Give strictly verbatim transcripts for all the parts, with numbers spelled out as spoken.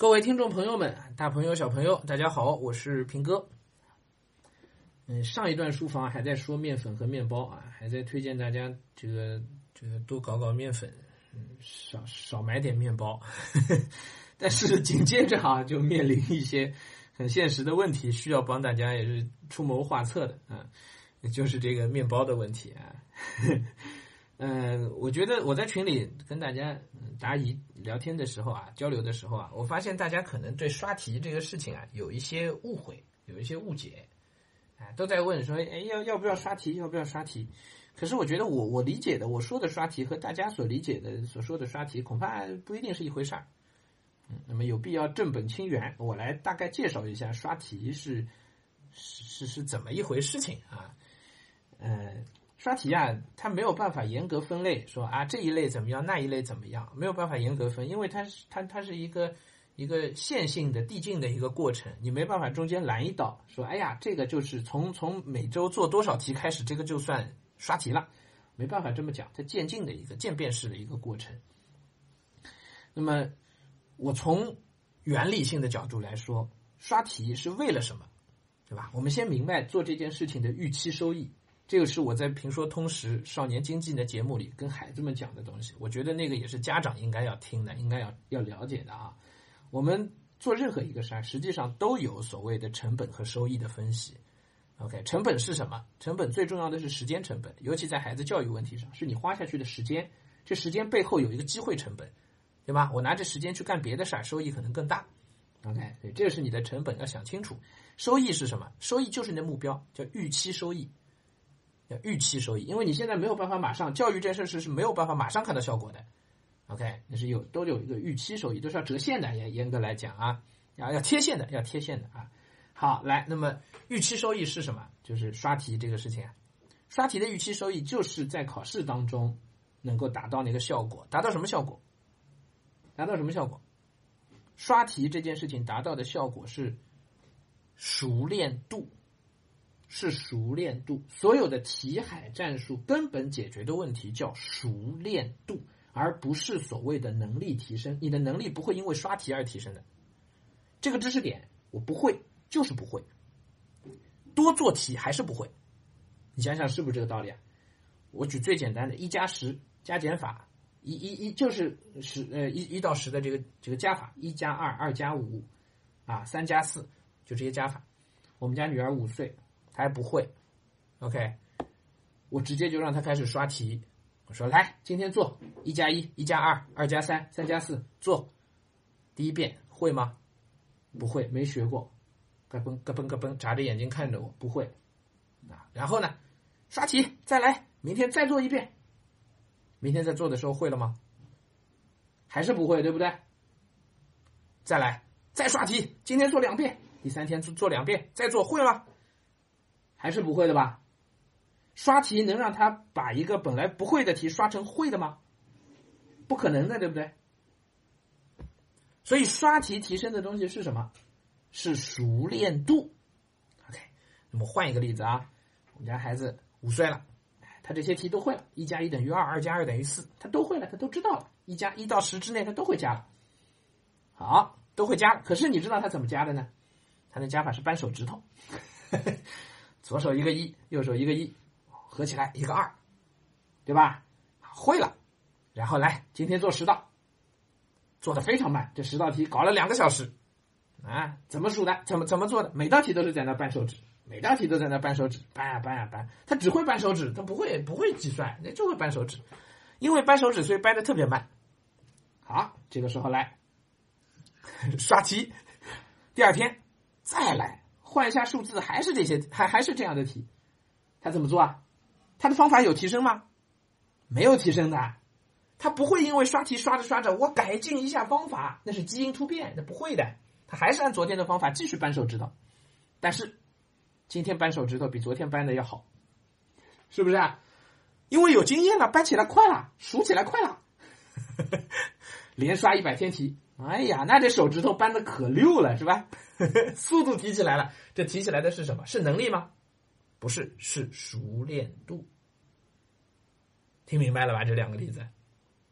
各位听众朋友们，大朋友小朋友大家好，我是平哥。嗯，上一段书房还在说面粉和面包啊，还在推荐大家这个这个多搞搞面粉，嗯，少少买点面包。但是紧接着啊，就面临一些很现实的问题，需要帮大家也是出谋划策的啊，就是这个面包的问题啊。嗯，我觉得我在群里跟大家答疑聊天的时候啊，交流的时候啊，我发现大家可能对刷题这个事情啊有一些误会，有一些误解，啊，都在问说，哎，要要不要刷题，要不要刷题？可是我觉得我我理解的，我说的刷题和大家所理解的所说的刷题，恐怕不一定是一回事儿。嗯，那么有必要正本清源，我来大概介绍一下刷题是是是是怎么一回事情啊？呃。刷题啊，它没有办法严格分类，说啊这一类怎么样，那一类怎么样，没有办法严格分，因为它是它它是一个一个线性的递进的一个过程，你没办法中间拦一刀，说哎呀这个就是从从每周做多少题开始，这个就算刷题了，没办法这么讲，它渐进的一个渐变式的一个过程。那么我从原理性的角度来说，刷题是为了什么，对吧？我们先明白做这件事情的预期收益。这个是我在评说通识少年经济的节目里跟孩子们讲的东西，我觉得那个也是家长应该要听的，应该要要了解的啊。我们做任何一个事儿，实际上都有所谓的成本和收益的分析。OK， 成本是什么？成本最重要的是时间成本，尤其在孩子教育问题上，是你花下去的时间，这时间背后有一个机会成本，对吧？我拿着时间去干别的事儿，收益可能更大。OK， 对，这是你的成本，要想清楚。收益是什么？收益就是你的目标，叫预期收益。预期收益，因为你现在没有办法马上，教育这事是是没有办法马上看到效果的。OK， 那是有都有一个预期收益，都是要折现的，也严格来讲啊，要要贴现的，要贴现的啊。好，来，那么预期收益是什么？就是刷题这个事情啊，刷题的预期收益就是在考试当中能够达到那个效果，达到什么效果？达到什么效果？刷题这件事情达到的效果是熟练度。是熟练度，所有的题海战术根本解决的问题叫熟练度，而不是所谓的能力提升。你的能力不会因为刷题而提升的。这个知识点我不会，就是不会，多做题还是不会。你想想是不是这个道理啊？我举最简单的一加十加减法，一一一就是十呃一一到十的这个这个加法，一加二，二加五，啊三加四，就这些加法。我们家女儿五岁。他还不会 ，OK， 我直接就让他开始刷题。我说来，今天做一加一，一加二，二加三，三加四，做。第一遍会吗？不会，没学过。咯嘣咯嘣咯嘣，眨着眼睛看着我，不会。啊，然后呢，刷题再来，明天再做一遍。明天在做的时候会了吗？还是不会，对不对？再来，再刷题，今天做两遍，第三天做做两遍，再做会了。还是不会的吧？刷题能让他把一个本来不会的题刷成会的吗？不可能的，对不对？所以刷题提升的东西是什么？是熟练度。OK， 那么换一个例子啊，我们家孩子五岁了，他这些题都会了，一加一等于二，二加二等于四，他都会了，他都知道了，一加一到十之内他都会加了。好，都会加了，可是你知道他怎么加的呢？他的加法是扳手指头。左手一个一，右手一个一，合起来一个二，对吧？会了，然后来今天做十道，做的非常慢，这十道题搞了两个小时，啊，怎么数的？怎么怎么做的？每道题都是在那扳手指，每道题都在那扳手指，扳呀扳呀扳，他只会扳手指，他不会不会计算，那就会扳手指，因为扳手指所以掰的特别慢。好，这个时候来刷题，第二天再来。换一下数字，还是这些，还还是这样的题，他怎么做啊？他的方法有提升吗？没有提升的，他不会因为刷题刷着刷着，我改进一下方法，那是基因突变，那不会的，他还是按昨天的方法继续扳手指头，但是今天扳手指头比昨天扳的要好，是不是啊？因为有经验了，扳起来快了，数起来快了，连刷一百天题。哎呀，那这手指头扳的可溜了，是吧？速度提起来了，这提起来的是什么？是能力吗？不是，是熟练度。听明白了吧？这两个例子。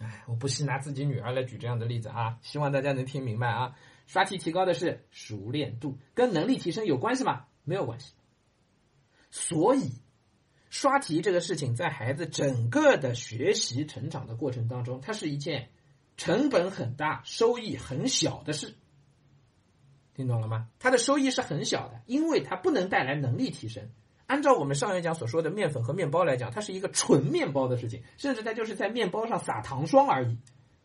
哎，我不惜拿自己女儿来举这样的例子啊，希望大家能听明白啊。刷题提高的是熟练度，跟能力提升有关系吗？没有关系。所以刷题这个事情在孩子整个的学习成长的过程当中，它是一件成本很大收益很小的事，听懂了吗？它的收益是很小的，因为它不能带来能力提升。按照我们上一讲所说的面粉和面包来讲，它是一个纯面包的事情，甚至它就是在面包上撒糖霜而已。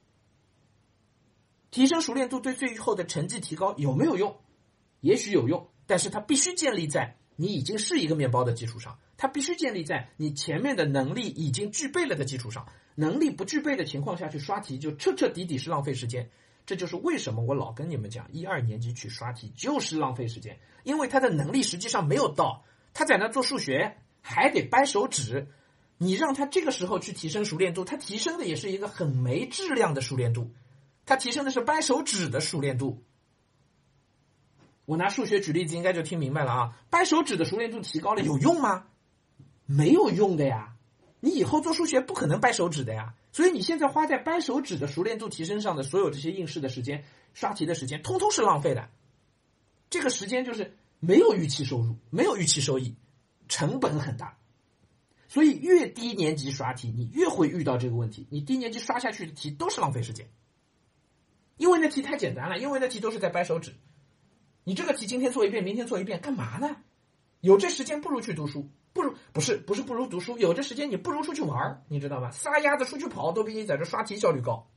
提升熟练度对最后的成绩提高有没有用？也许有用，但是它必须建立在你已经是一个面包的基础上，它必须建立在你前面的能力已经具备了的基础上。能力不具备的情况下去刷题，就彻彻底底是浪费时间。这就是为什么我老跟你们讲，一二年级去刷题就是浪费时间，因为他的能力实际上没有到，他在那做数学还得掰手指，你让他这个时候去提升熟练度，他提升的也是一个很没质量的熟练度，他提升的是掰手指的熟练度。我拿数学举例子应该就听明白了啊，掰手指的熟练度提高了有用吗？没有用的呀，你以后做数学不可能掰手指的呀，所以你现在花在掰手指的熟练度提升上的所有这些应试的时间、刷题的时间，通通是浪费的。这个时间就是没有预期收入，没有预期收益，成本很大。所以越低年级刷题，你越会遇到这个问题，你低年级刷下去的题都是浪费时间，因为那题太简单了，因为那题都是在掰手指。你这个题今天做一遍，明天做一遍，干嘛呢？有这时间不如去读书，不如不是不是不如读书，有这时间你不如出去玩，你知道吗？撒丫子出去跑都比你在这刷题效率高。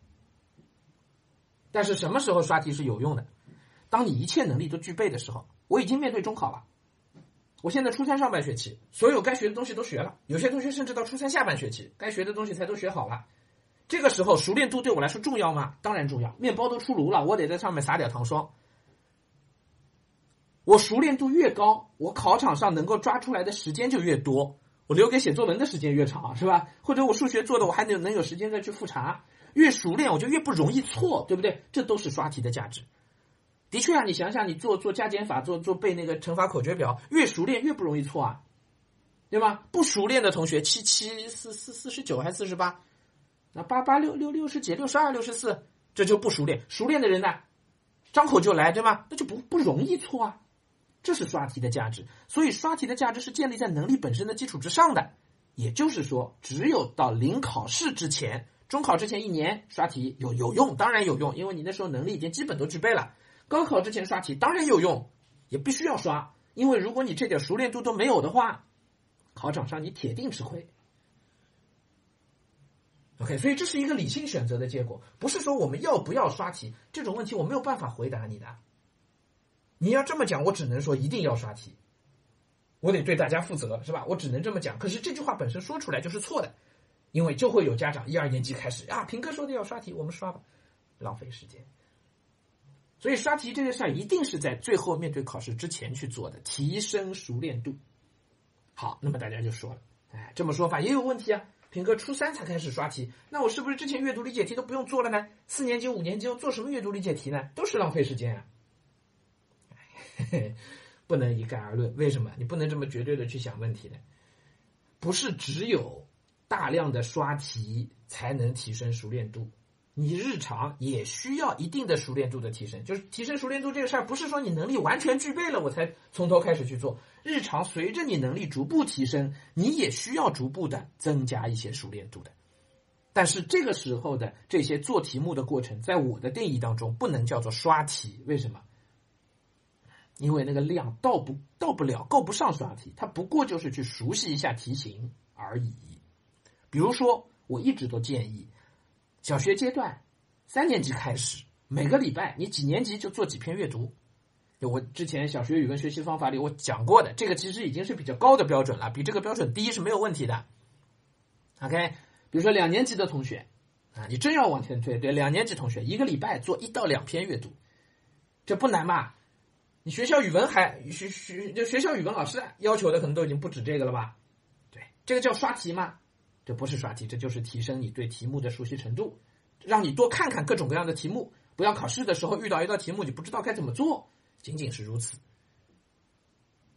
但是什么时候刷题是有用的？当你一切能力都具备的时候。我已经面对中考了，我现在初三上半学期，所有该学的东西都学了，有些同学甚至到初三下半学期，该学的东西才都学好了。这个时候熟练度对我来说重要吗？当然重要，面包都出炉了，我得在上面撒点糖霜。我熟练度越高，我考场上能够抓出来的时间就越多，我留给写作文的时间越长，是吧？或者我数学做的我还能能有时间再去复查，越熟练我就越不容易错，对不对？这都是刷题的价值。的确啊，你想想，你做做加减法，做做背那个乘法口诀表，越熟练越不容易错啊，对吗？不熟练的同学，七七四四四十九还是四十八，那八八六六六十几，六十二六十四，这就不熟练。熟练的人呢，张口就来，对吗？那就不不容易错啊。这是刷题的价值，所以刷题的价值是建立在能力本身的基础之上的。也就是说，只有到临考试之前，中考之前一年刷题有有用，当然有用，因为你那时候能力已经基本都具备了。高考之前刷题当然有用，也必须要刷，因为如果你这点熟练度都没有的话，考场上你铁定吃亏。OK， 所以这是一个理性选择的结果，不是说我们要不要刷题这种问题我没有办法回答你的。你要这么讲，我只能说一定要刷题，我得对大家负责，是吧？我只能这么讲。可是这句话本身说出来就是错的，因为就会有家长一二年级开始啊，平哥说的要刷题，我们刷吧，浪费时间。所以刷题这个事儿一定是在最后面对考试之前去做的，提升熟练度。好，那么大家就说了，哎，这么说法也有问题啊。平哥初三才开始刷题，那我是不是之前阅读理解题都不用做了呢？四年级、五年级要做什么阅读理解题呢？都是浪费时间啊。不能一概而论，为什么？你不能这么绝对的去想问题呢？不是只有大量的刷题才能提升熟练度。你日常也需要一定的熟练度的提升，就是提升熟练度这个事儿，不是说你能力完全具备了我才从头开始去做。日常随着你能力逐步提升，你也需要逐步的增加一些熟练度的。但是这个时候的这些做题目的过程，在我的定义当中不能叫做刷题，为什么？因为那个量到不到不了，够不上刷题，它不过就是去熟悉一下题型而已。比如说，我一直都建议小学阶段三年级开始，每个礼拜你几年级就做几篇阅读。我之前小学语文学习方法里我讲过的，这个其实已经是比较高的标准了，比这个标准低是没有问题的。OK， 比如说两年级的同学啊，你真要往前推，对，两年级同学一个礼拜做一到两篇阅读，这不难吧？你学校语文还学学就学校语文老师要求的可能都已经不止这个了吧？对，这个叫刷题吗？这不是刷题，这就是提升你对题目的熟悉程度，让你多看看各种各样的题目，不要考试的时候遇到一道题目你不知道该怎么做，仅仅是如此。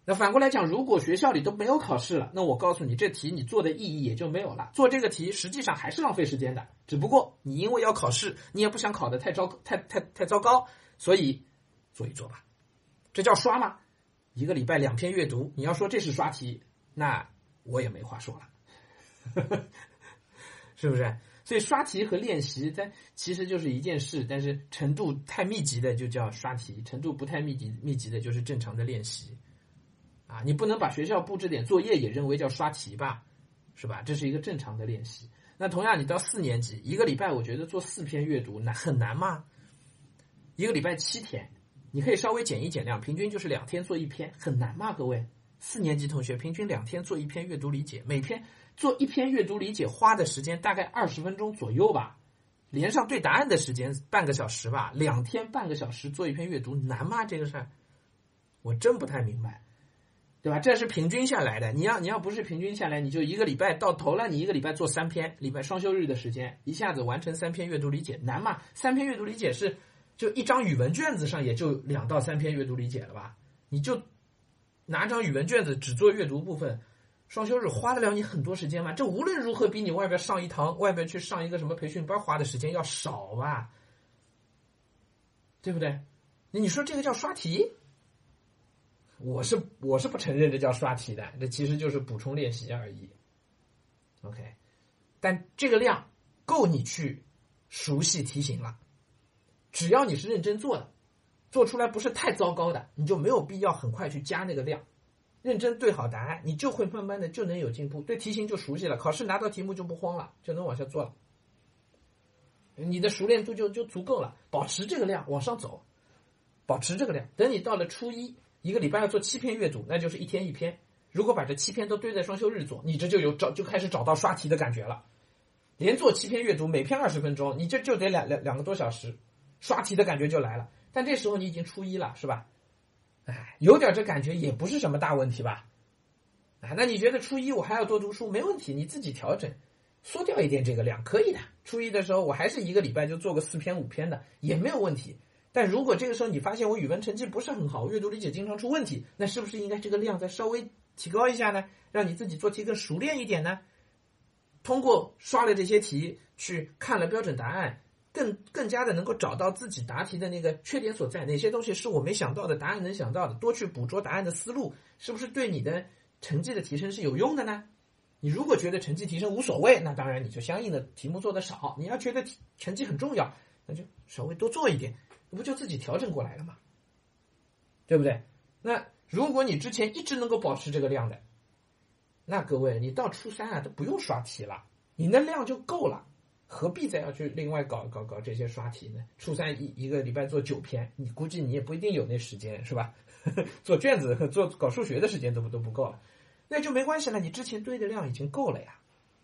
那反过来讲，如果学校里都没有考试了，那我告诉你，这题你做的意义也就没有了。做这个题实际上还是浪费时间的，只不过你因为要考试，你也不想考得太糟太太太糟糕，所以做一做吧。这叫刷吗？一个礼拜两篇阅读，你要说这是刷题，那我也没话说了，是不是？所以刷题和练习它其实就是一件事，但是程度太密集的就叫刷题，程度不太密集密集的就是正常的练习。啊，你不能把学校布置点作业也认为叫刷题吧，是吧？这是一个正常的练习。那同样，你到四年级，一个礼拜我觉得做四篇阅读难很难吗？一个礼拜七天，你可以稍微减一减量，平均就是两天做一篇，很难吗？各位，四年级同学平均两天做一篇阅读理解，每篇做一篇阅读理解花的时间大概二十分钟左右吧，连上对答案的时间半个小时吧，两天半个小时做一篇阅读难吗？这个事儿，我真不太明白。对吧？这是平均下来的。你要你要不是平均下来，你就一个礼拜到头了，你一个礼拜做三篇，礼拜双休日的时间，一下子完成三篇阅读理解，难吗？三篇阅读理解是就一张语文卷子上也就两到三篇阅读理解了吧？你就拿张语文卷子只做阅读部分，双休日花得了你很多时间吗？这无论如何比你外边上一堂外边去上一个什么培训班花的时间要少吧？对不对？你说这个叫刷题？我是我是不承认这叫刷题的，这其实就是补充练习而已。OK， 但这个量够你去熟悉题型了。只要你是认真做的，做出来不是太糟糕的，你就没有必要很快去加那个量。认真对好答案，你就会慢慢的就能有进步，对题型就熟悉了，考试拿到题目就不慌了，就能往下做了。你的熟练度就就足够了，保持这个量往上走，保持这个量。等你到了初一。一个礼拜要做七篇阅读，那就是一天一篇。如果把这七篇都堆在双休日做，你这就有找就开始找到刷题的感觉了。连做七篇阅读，每篇二十分钟，你这就得两两两个多小时，刷题的感觉就来了。但这时候你已经初一了，是吧？哎，有点这感觉也不是什么大问题吧？啊，那你觉得初一我还要多读书，没问题，你自己调整，缩掉一点这个量，可以的。初一的时候我还是一个礼拜就做个四篇五篇的，也没有问题。但如果这个时候你发现我语文成绩不是很好，阅读理解经常出问题，那是不是应该这个量再稍微提高一下呢？让你自己做题更熟练一点呢？通过刷了这些题，去看了标准答案，更更加的能够找到自己答题的那个缺点所在，哪些东西是我没想到的，答案能想到的，多去捕捉答案的思路，是不是对你的成绩的提升是有用的呢？你如果觉得成绩提升无所谓，那当然你就相应的题目做得少。你要觉得成绩很重要，那就稍微多做一点。不就自己调整过来了吗？对不对？那如果你之前一直能够保持这个量的，那各位你到初三啊都不用刷题了，你那量就够了，何必再要去另外搞搞搞这些刷题呢？初三一一个礼拜做九篇，你估计你也不一定有那时间，是吧？做卷子做搞数学的时间都都不够了，那就没关系了，你之前堆的量已经够了呀。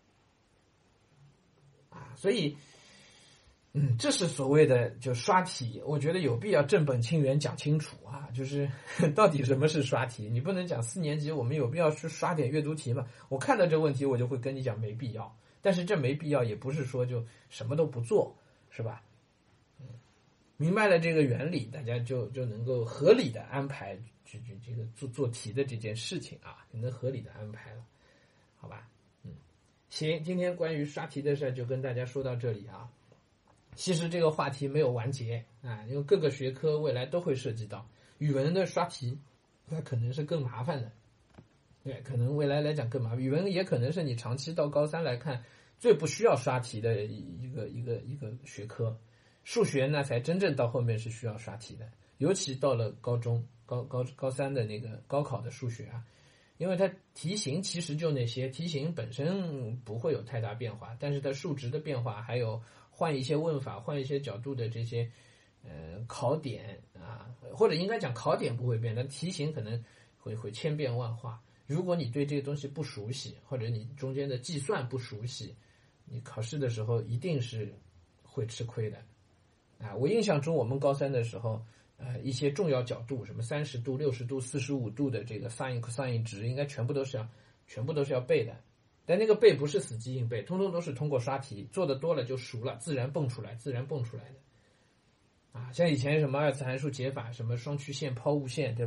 啊，所以。嗯，这是所谓的就刷题，我觉得有必要正本清源讲清楚啊，就是到底什么是刷题？你不能讲四年级我们有必要去刷点阅读题吗？我看到这问题我就会跟你讲没必要，但是这没必要也不是说就什么都不做，是吧？嗯，明白了这个原理，大家就就能够合理的安排这这这个做做题的这件事情啊，能合理的安排了，好吧？嗯，行，今天关于刷题的事就跟大家说到这里啊。其实这个话题没有完结啊，因为各个学科未来都会涉及到语文的刷题，那可能是更麻烦的，对，可能未来来讲更麻烦。语文也可能是你长期到高三来看最不需要刷题的一个一个一个学科，数学呢才真正到后面是需要刷题的，尤其到了高中高高高三的那个高考的数学啊，因为它题型其实就那些，题型本身不会有太大变化，但是它数值的变化还有换一些问法，换一些角度的这些呃考点啊，或者应该讲考点不会变，但题型可能会会千变万化。如果你对这个东西不熟悉，或者你中间的计算不熟悉，你考试的时候一定是会吃亏的啊。我印象中我们高三的时候呃一些重要角度，什么三十度、六十度、四十五度的这个 sin cosine 值应该全部都是要全部都是要背的。但那个背不是死记硬背，通通都是通过刷题做的多了就熟了，自然蹦出来自然蹦出来的啊。像以前什么二次函数解法，什么双曲线抛物线，对吧？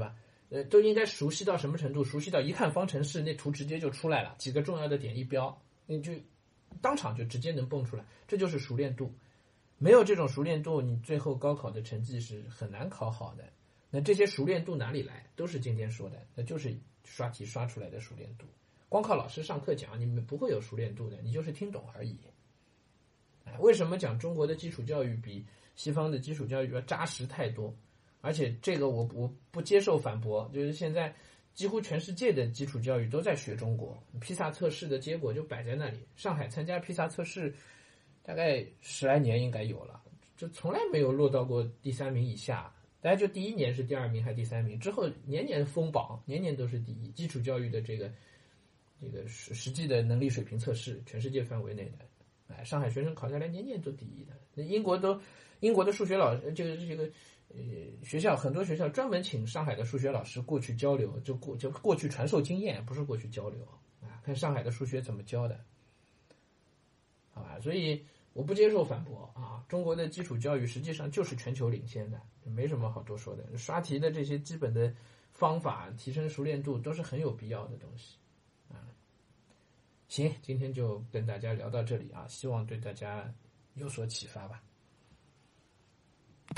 呃，都应该熟悉到什么程度？熟悉到一看方程式，那图直接就出来了，几个重要的点一标，你就当场就直接能蹦出来，这就是熟练度。没有这种熟练度，你最后高考的成绩是很难考好的。那这些熟练度哪里来？都是今天说的，那就是刷题刷出来的熟练度。光靠老师上课讲，你们不会有熟练度的，你就是听懂而已。为什么讲中国的基础教育比西方的基础教育要扎实太多？而且这个我我不接受反驳，就是现在几乎全世界的基础教育都在学中国，披萨测试的结果就摆在那里。上海参加披萨测试大概十来年应该有了，就从来没有落到过第三名以下。大家就第一年是第二名还是第三名，之后年年封榜，年年都是第一。基础教育的这个这个实实际的能力水平测试，全世界范围内的。哎，上海学生考下来年年都第一的，那英国都英国的数学老这个这个呃学校很多学校专门请上海的数学老师过去交流，就过就过去传授经验，不是过去交流啊，看上海的数学怎么教的，好吧？所以我不接受反驳啊，中国的基础教育实际上就是全球领先的，没什么好多说的。刷题的这些基本的方法，提升熟练度都是很有必要的东西。行，今天就跟大家聊到这里啊，希望对大家有所启发吧。